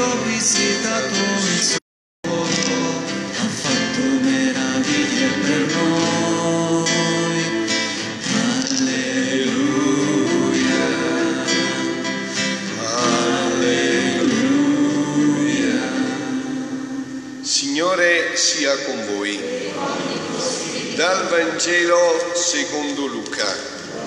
ho visitato il suolo, ha fatto meraviglie per noi. Alleluia, alleluia. Signore sia con voi. Dal Vangelo secondo Luca.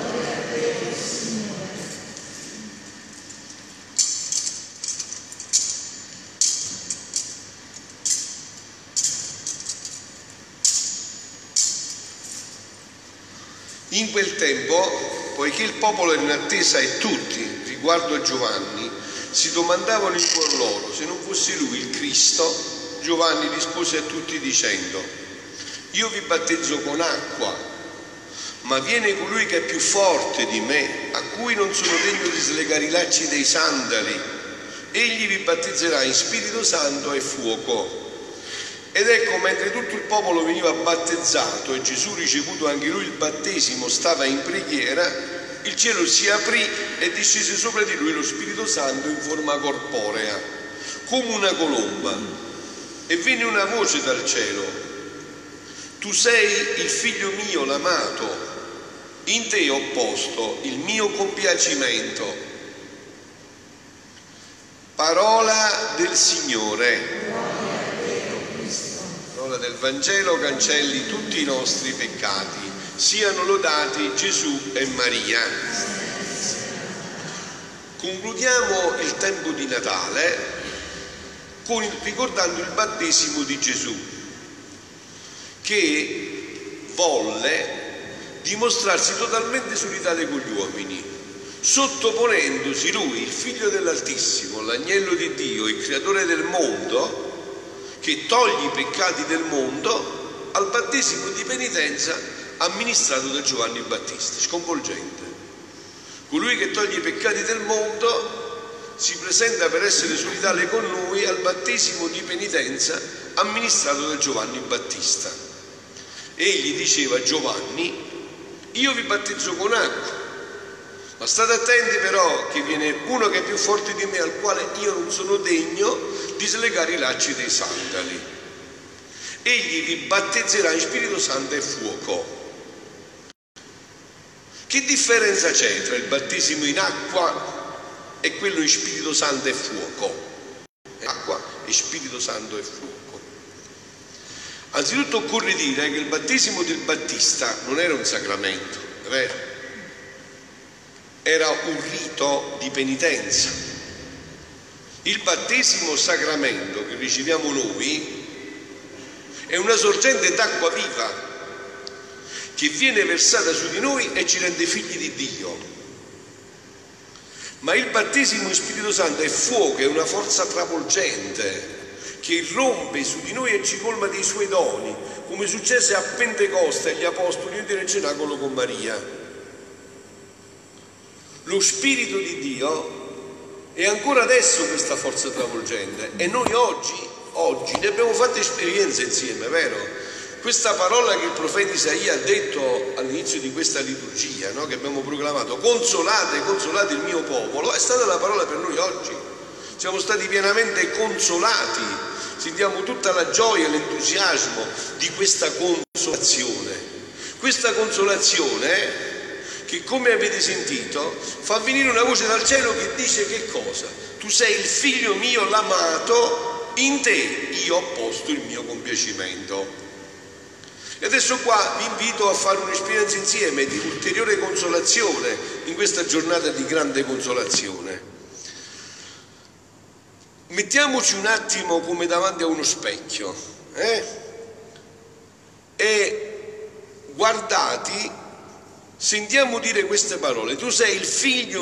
In quel tempo, poiché il popolo era in attesa e tutti, riguardo a Giovanni, si domandavano in cuor loro se non fosse lui il Cristo, Giovanni rispose a tutti dicendo: io vi battezzo con acqua, ma viene colui che è più forte di me, a cui non sono degno di slegare i lacci dei sandali. Egli vi battezzerà in Spirito Santo e fuoco. Ed ecco, mentre tutto il popolo veniva battezzato e Gesù, ricevuto anche lui il battesimo, stava in preghiera, il cielo si aprì e discese sopra di lui lo Spirito Santo in forma corporea, come una colomba. E venne una voce dal cielo: tu sei il figlio mio, l'amato, in te ho posto il mio compiacimento. Parola del Signore. Del Vangelo cancelli tutti i nostri peccati. Siano lodati Gesù e Maria. Concludiamo il tempo di Natale ricordando il battesimo di Gesù, che volle dimostrarsi totalmente solidale con gli uomini, sottoponendosi lui, il Figlio dell'Altissimo, l'agnello di Dio, il creatore del mondo, che toglie i peccati del mondo, al battesimo di penitenza amministrato da Giovanni Battista. Sconvolgente. Colui che toglie i peccati del mondo si presenta per essere solidale con noi al battesimo di penitenza amministrato da Giovanni Battista. Egli diceva a Giovanni: io vi battezzo con acqua, ma state attenti però che viene uno che è più forte di me, al quale io non sono degno di slegare i lacci dei sandali. Egli vi battezzerà in Spirito Santo e fuoco. Che differenza c'è tra il battesimo in acqua e quello in Spirito Santo e fuoco? Acqua e Spirito Santo e fuoco. Anzitutto occorre dire che il battesimo del Battista non era un sacramento, è vero? Era un rito di penitenza. Il battesimo sacramento che riceviamo noi è una sorgente d'acqua viva che viene versata su di noi e ci rende figli di Dio. Ma il battesimo in Spirito Santo è fuoco, è una forza travolgente che irrompe su di noi e ci colma dei suoi doni, come successe a Pentecoste agli Apostoli uniti nel cenacolo con Maria. Lo Spirito di Dio è ancora adesso questa forza travolgente e noi oggi ne abbiamo fatte esperienze insieme, vero? Questa parola che il profeta Isaia ha detto all'inizio di questa liturgia, no? Che abbiamo proclamato: consolate, consolate il mio popolo, è stata la parola per noi oggi. Siamo stati pienamente consolati, sentiamo tutta la gioia e l'entusiasmo di questa consolazione. Questa consolazione che, come avete sentito, fa venire una voce dal cielo che dice che cosa? Tu sei il figlio mio, l'amato, in te io ho posto il mio compiacimento. E adesso qua vi invito a fare un'esperienza insieme di ulteriore consolazione in questa giornata di grande consolazione. Mettiamoci un attimo come davanti a uno specchio e guardati, sentiamo dire queste parole: tu sei il figlio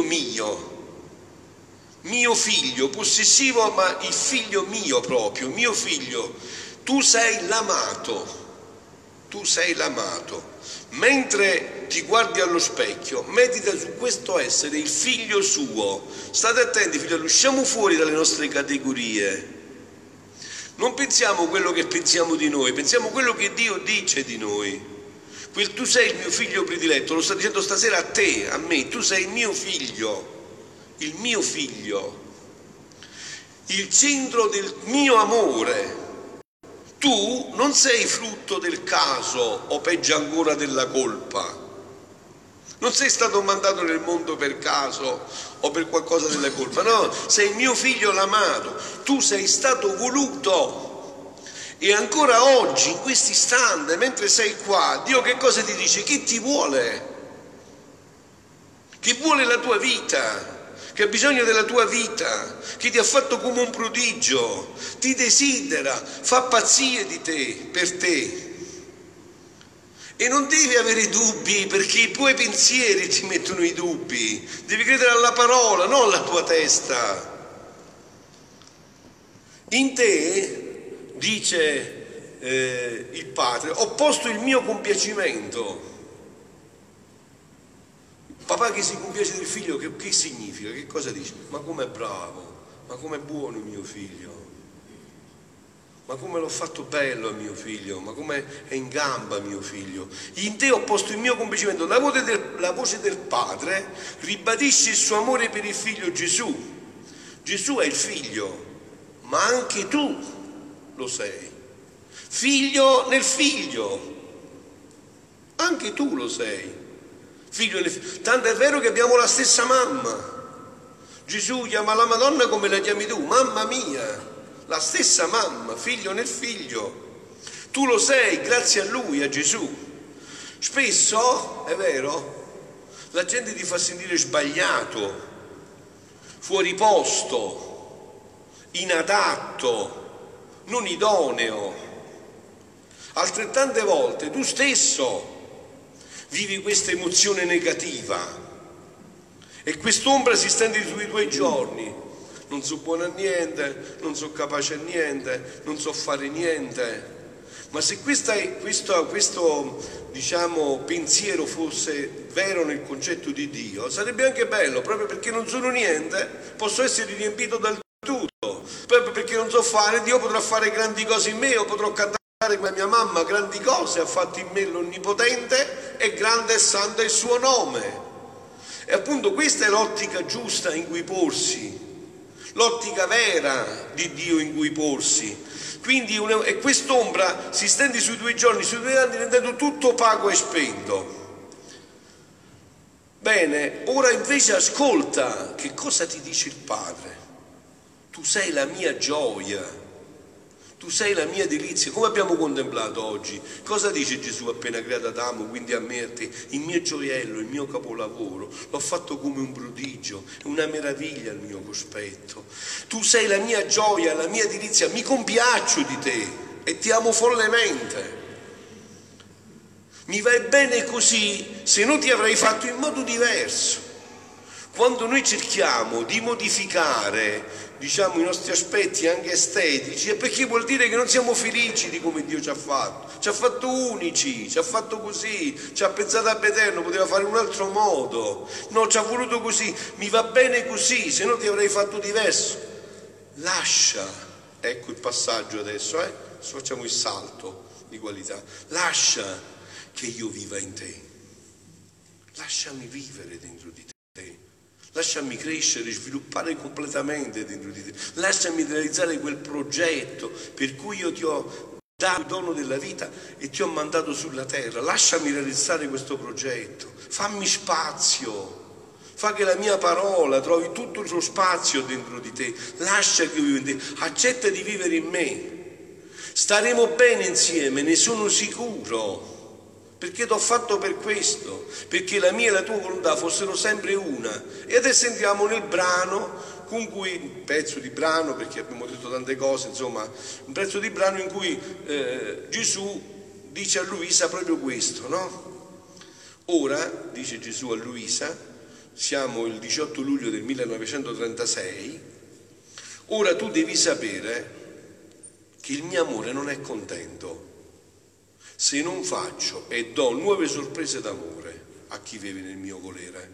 mio figlio, possessivo, ma il figlio mio proprio, mio figlio, tu sei l'amato. Tu sei l'amato. Mentre ti guardi allo specchio, medita su questo essere il figlio suo. State attenti, figlioli, usciamo fuori dalle nostre categorie. Non pensiamo quello che pensiamo di noi, pensiamo quello che Dio dice di noi. Quel tu sei il mio figlio prediletto, lo sta dicendo stasera a te, a me, tu sei il mio figlio, il mio figlio. il centro del mio amore. Tu non sei frutto del caso o peggio ancora della colpa. Non sei stato mandato nel mondo per caso o per qualcosa della colpa, no, sei mio figlio l'amato, tu sei stato voluto. E ancora oggi, in questo istante, mentre sei qua, Dio che cosa ti dice? Che ti vuole? Che vuole la tua vita, che ha bisogno della tua vita, che ti ha fatto come un prodigio, ti desidera, fa pazzie di te, per te. E non devi avere dubbi, perché i tuoi pensieri ti mettono i dubbi. Devi credere alla parola, non alla tua testa. In te, dice il Padre, ho posto il mio compiacimento. Papà che si compiace del figlio, che significa? Che cosa dice? Ma com'è bravo, ma com'è buono il mio figlio. Ma come l'ho fatto bello a mio figlio, ma come è in gamba mio figlio. In te ho posto il mio compiacimento. La voce del Padre ribadisce il suo amore per il figlio Gesù. Gesù è il figlio, ma anche tu lo sei. Figlio nel figlio, anche tu lo sei. Figlio nel figlio. Tanto è vero che abbiamo la stessa mamma. Gesù chiama la Madonna come la chiami tu, mamma mia. La stessa mamma, figlio nel figlio. Tu lo sei grazie a lui, a Gesù. Spesso, è vero, la gente ti fa sentire sbagliato, fuori posto, inadatto, non idoneo. Altrettante volte tu stesso vivi questa emozione negativa e quest'ombra si stende sui tuoi giorni. Non so buono a niente, non so capace a niente, non so fare niente. Ma se questo diciamo, pensiero fosse vero nel concetto di Dio, sarebbe anche bello, proprio perché non sono niente, posso essere riempito dal tutto. Proprio perché non so fare, Dio potrà fare grandi cose in me, io potrò cantare come mia mamma, grandi cose ha fatto in me l'Onnipotente, e grande e santo è il suo nome. E appunto questa è l'ottica giusta in cui porsi. L'ottica vera di Dio in cui porsi. Quindi e quest'ombra si stende sui tuoi giorni, sui tuoi anni, diventando tutto opaco e spento. Bene, ora invece ascolta che cosa ti dice il Padre. Tu sei la mia gioia, tu sei la mia delizia. Come abbiamo contemplato oggi, cosa dice Gesù appena creato Adamo, quindi a me e a te? Il mio gioiello, il mio capolavoro, l'ho fatto come un prodigio, una meraviglia al mio cospetto. Tu sei la mia gioia, la mia delizia, mi compiaccio di te e ti amo follemente. Mi vai bene così, se no ti avrei fatto in modo diverso. Quando noi cerchiamo di modificare, diciamo, i nostri aspetti anche estetici, è perché vuol dire che non siamo felici di come Dio ci ha fatto. Ci ha fatto unici, ci ha fatto così, ci ha pensato ab eterno, poteva fare in un altro modo. No, ci ha voluto così, mi va bene così, se no ti avrei fatto diverso. Lascia, ecco il passaggio adesso, facciamo il salto di qualità. Lascia che io viva in te. Lasciami vivere dentro di te. Lasciami crescere, sviluppare completamente dentro di te. Lasciami realizzare quel progetto per cui io ti ho dato il dono della vita e ti ho mandato sulla terra. Lasciami realizzare questo progetto. Fammi spazio. Fa che la mia parola trovi tutto il suo spazio dentro di te. Lascia che io viva in te. Accetta di vivere in me. Staremo bene insieme, ne sono sicuro. Perché ti ho fatto per questo, perché la mia e la tua volontà fossero sempre una. E adesso entriamo nel brano con cui, un pezzo di brano, perché abbiamo detto tante cose, insomma, un pezzo di brano in cui Gesù dice a Luisa proprio questo, no? Ora, dice Gesù a Luisa, siamo il 18 luglio del 1936, ora tu devi sapere che il mio amore non è contento se non faccio e do nuove sorprese d'amore a chi vive nel mio volere.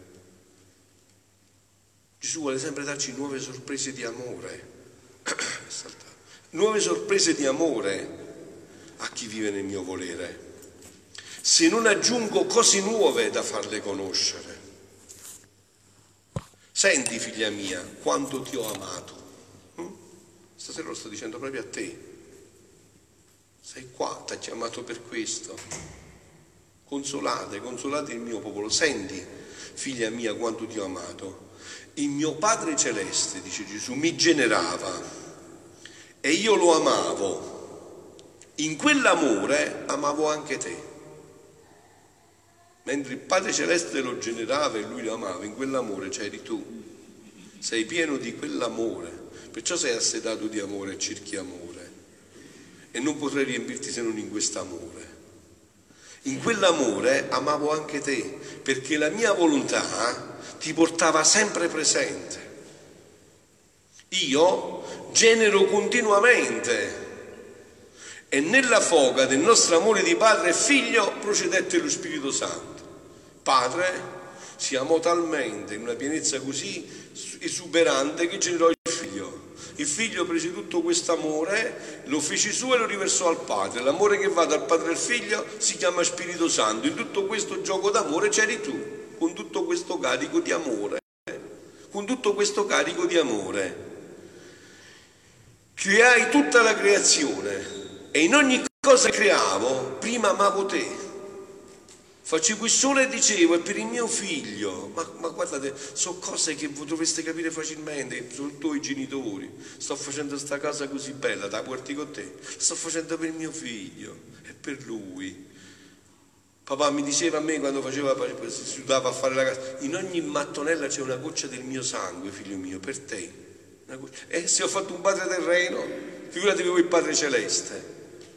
Gesù vuole sempre darci nuove sorprese di amore, nuove sorprese di amore a chi vive nel mio volere, se non aggiungo cose nuove da farle conoscere. Senti, figlia mia, quanto ti ho amato. Stasera lo sto dicendo proprio a te. Sei qua, ti ha chiamato per questo. Consolate il mio popolo. Senti, figlia mia, quanto ti ho amato. Il mio Padre Celeste, dice Gesù, mi generava e io lo amavo. In quell'amore amavo anche te. Mentre il Padre Celeste lo generava e lui lo amava, in quell'amore c'eri tu. Sei pieno di quell'amore, perciò sei assetato di amore e cerchi amore. E non potrai riempirti se non in quest'amore. In quell'amore amavo anche te, perché la mia volontà ti portava sempre presente. Io genero continuamente e nella foga del nostro amore di padre e figlio procedette lo Spirito Santo. Padre si amò talmente, in una pienezza così esuberante, che generò il figlio. Il figlio prese tutto questo amore, lo fece suo e lo riversò al padre. L'amore che va dal padre al figlio si chiama Spirito Santo. In tutto questo gioco d'amore c'eri tu, con tutto questo carico di amore. Con tutto questo carico di amore. Creai tutta la creazione e in ogni cosa che creavo, prima amavo te. Facevo il sole e dicevo, è per il mio figlio. Ma guardate, sono cose che voi dovreste capire facilmente, soprattutto i genitori. Sto facendo sta casa così bella, da porti con te. Sto facendo per il mio figlio, è per lui. Papà mi diceva a me quando si studiava a fare la casa, in ogni mattonella c'è una goccia del mio sangue, figlio mio, per te. E se ho fatto un padre terreno, figuratevi voi il Padre Celeste.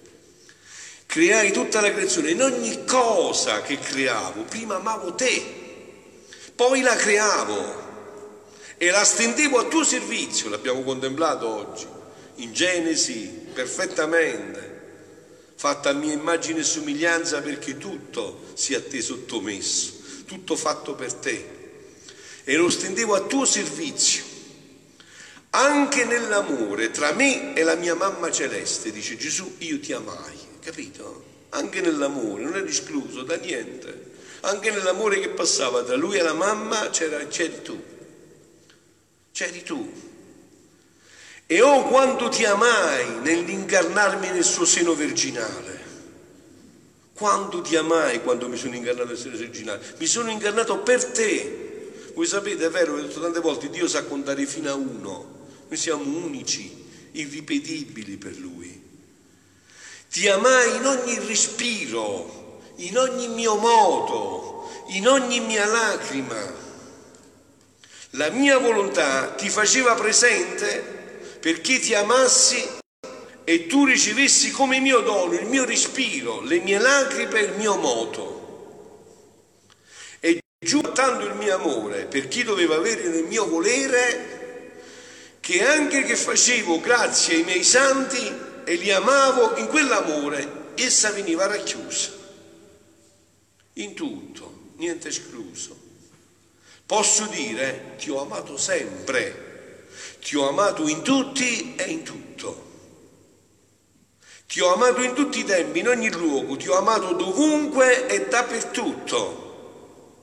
Creai tutta la creazione, in ogni cosa che creavo, prima amavo te, poi la creavo e la stendevo a tuo servizio, l'abbiamo contemplato oggi, in Genesi, perfettamente, fatta a mia immagine e somiglianza perché tutto sia a te sottomesso, tutto fatto per te, e lo stendevo a tuo servizio. Anche nell'amore tra me e la mia mamma celeste, dice Gesù, io ti amai. Capito? Anche nell'amore, non ero escluso da niente. Anche nell'amore che passava tra lui e la mamma c'eri tu. C'eri tu. E oh quanto ti amai nell'incarnarmi nel suo seno virginale. Quanto ti amai quando mi sono incarnato nel seno virginale. Mi sono incarnato per te. Voi sapete, è vero, ho detto tante volte, Dio sa contare fino a 1. Noi siamo unici, irripetibili per Lui. Ti amai in ogni respiro, in ogni mio moto, in ogni mia lacrima. La mia volontà ti faceva presente perché ti amassi e tu ricevessi come mio dono il mio respiro, le mie lacrime e il mio moto. E giù tanto il mio amore per chi doveva avere nel mio volere, che anche che facevo grazie ai miei santi e li amavo, in quell'amore essa veniva racchiusa in tutto, niente escluso. Posso dire, ti ho amato sempre, ti ho amato in tutti e in tutto, ti ho amato in tutti i tempi, in ogni luogo, ti ho amato dovunque e dappertutto.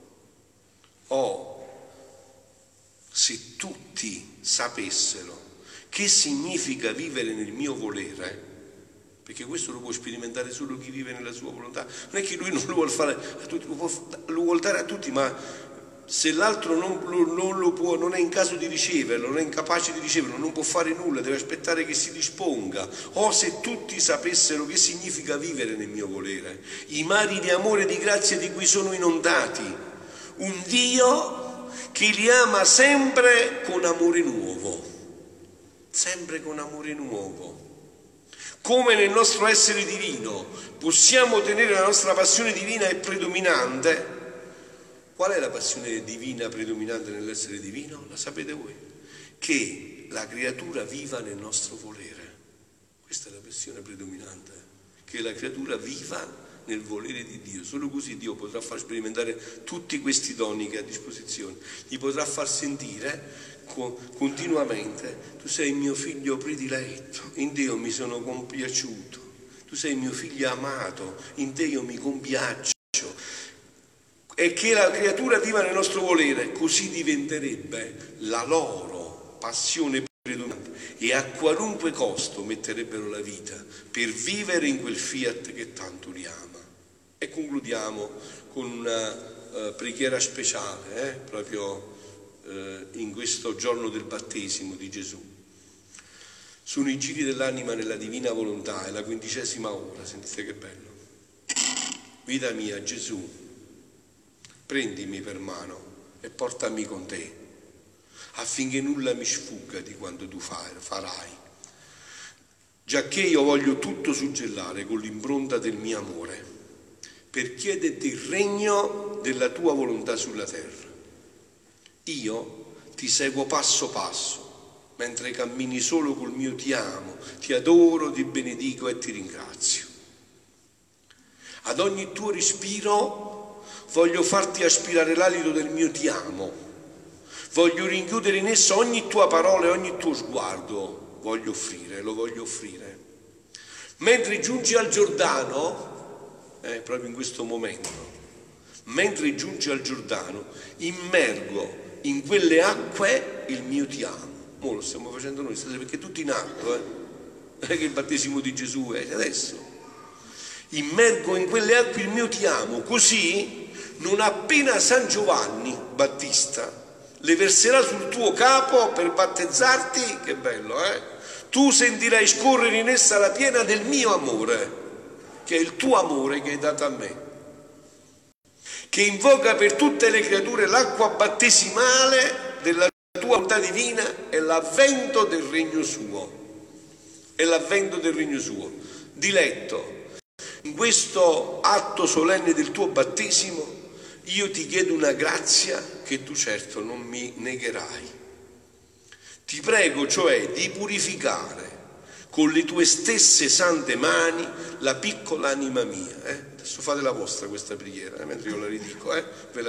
Oh, se tutti sapessero che significa vivere nel mio volere, perché questo lo può sperimentare solo chi vive nella sua volontà. Non è che lui non lo vuole fare a tutti, lo vuole dare a tutti, ma se l'altro non lo può, non è in caso di riceverlo, non è incapace di riceverlo, non può fare nulla, deve aspettare che si disponga. Oh, se tutti sapessero che significa vivere nel mio volere, i mari di amore e di grazia di cui sono inondati, un Dio che li ama sempre con amore nuovo. Sempre con amore nuovo. Come nel nostro essere divino possiamo tenere la nostra passione divina e predominante. Qual è la passione divina predominante nell'essere divino? La sapete voi? Che la creatura viva nel nostro volere. Questa è la passione predominante. Che la creatura viva nel volere di Dio. Solo così Dio potrà far sperimentare tutti questi doni che ha a disposizione. Gli potrà far sentire continuamente: tu sei il mio figlio prediletto, in te io mi sono compiaciuto, tu sei il mio figlio amato, in te io mi compiaccio. E che la creatura viva nel nostro volere, così diventerebbe la loro passione predominante e a qualunque costo metterebbero la vita per vivere in quel fiat che tanto li ama. E concludiamo con una preghiera speciale, proprio in questo giorno del battesimo di Gesù. Sono i giri dell'anima nella divina volontà, è la 15ª ora, sentite che bello. Vita mia, Gesù, prendimi per mano e portami con te, affinché nulla mi sfugga di quanto tu farai, giacché io voglio tutto suggellare con l'impronta del mio amore, per chiederti il regno della tua volontà sulla terra. Io ti seguo passo passo, mentre cammini solo col mio ti amo, ti adoro, ti benedico e ti ringrazio. Ad ogni tuo respiro voglio farti aspirare l'alito del mio ti amo, voglio rinchiudere in esso ogni tua parola e ogni tuo sguardo, lo voglio offrire. Mentre giungi al Giordano, proprio in questo momento, mentre giungi al Giordano, immergo in quelle acque il mio ti amo. Ora lo stiamo facendo noi stasera perché è tutto in atto, non è che il battesimo di Gesù è adesso. Immergo in quelle acque il mio ti amo, così non appena San Giovanni Battista le verserà sul tuo capo per battezzarti, che bello, tu sentirai scorrere in essa la piena del mio amore, che è il tuo amore che hai dato a me, che invoca per tutte le creature l'acqua battesimale della tua volontà divina e l'avvento del regno suo. Diletto, in questo atto solenne del tuo battesimo, io ti chiedo una grazia che tu certo non mi negherai. Ti prego, cioè, di purificare con le tue stesse sante mani la piccola anima mia. Adesso fate la vostra questa preghiera, mentre io la ridico, ve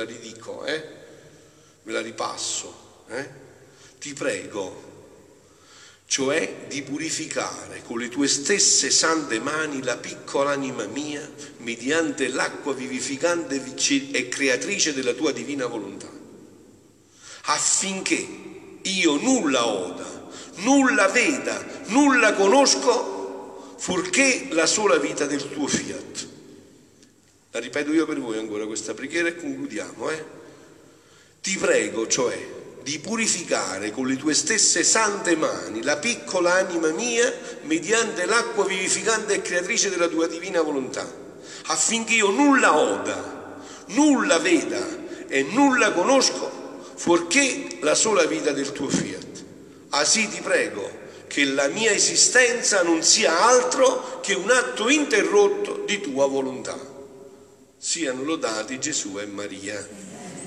la ripasso. Ti prego, cioè di purificare con le tue stesse sante mani la piccola anima mia mediante l'acqua vivificante e creatrice della tua divina volontà, affinché io nulla oda, nulla veda, nulla conosco, fuorché la sola vita del tuo fiat. La ripeto io per voi ancora questa preghiera e concludiamo. Ti prego, cioè, di purificare con le tue stesse sante mani la piccola anima mia mediante l'acqua vivificante e creatrice della tua divina volontà, affinché io nulla oda, nulla veda e nulla conosco, fuorché la sola vita del tuo fiat. Asì ti prego che la mia esistenza non sia altro che un atto interrotto di tua volontà. Siano lodati Gesù e Maria.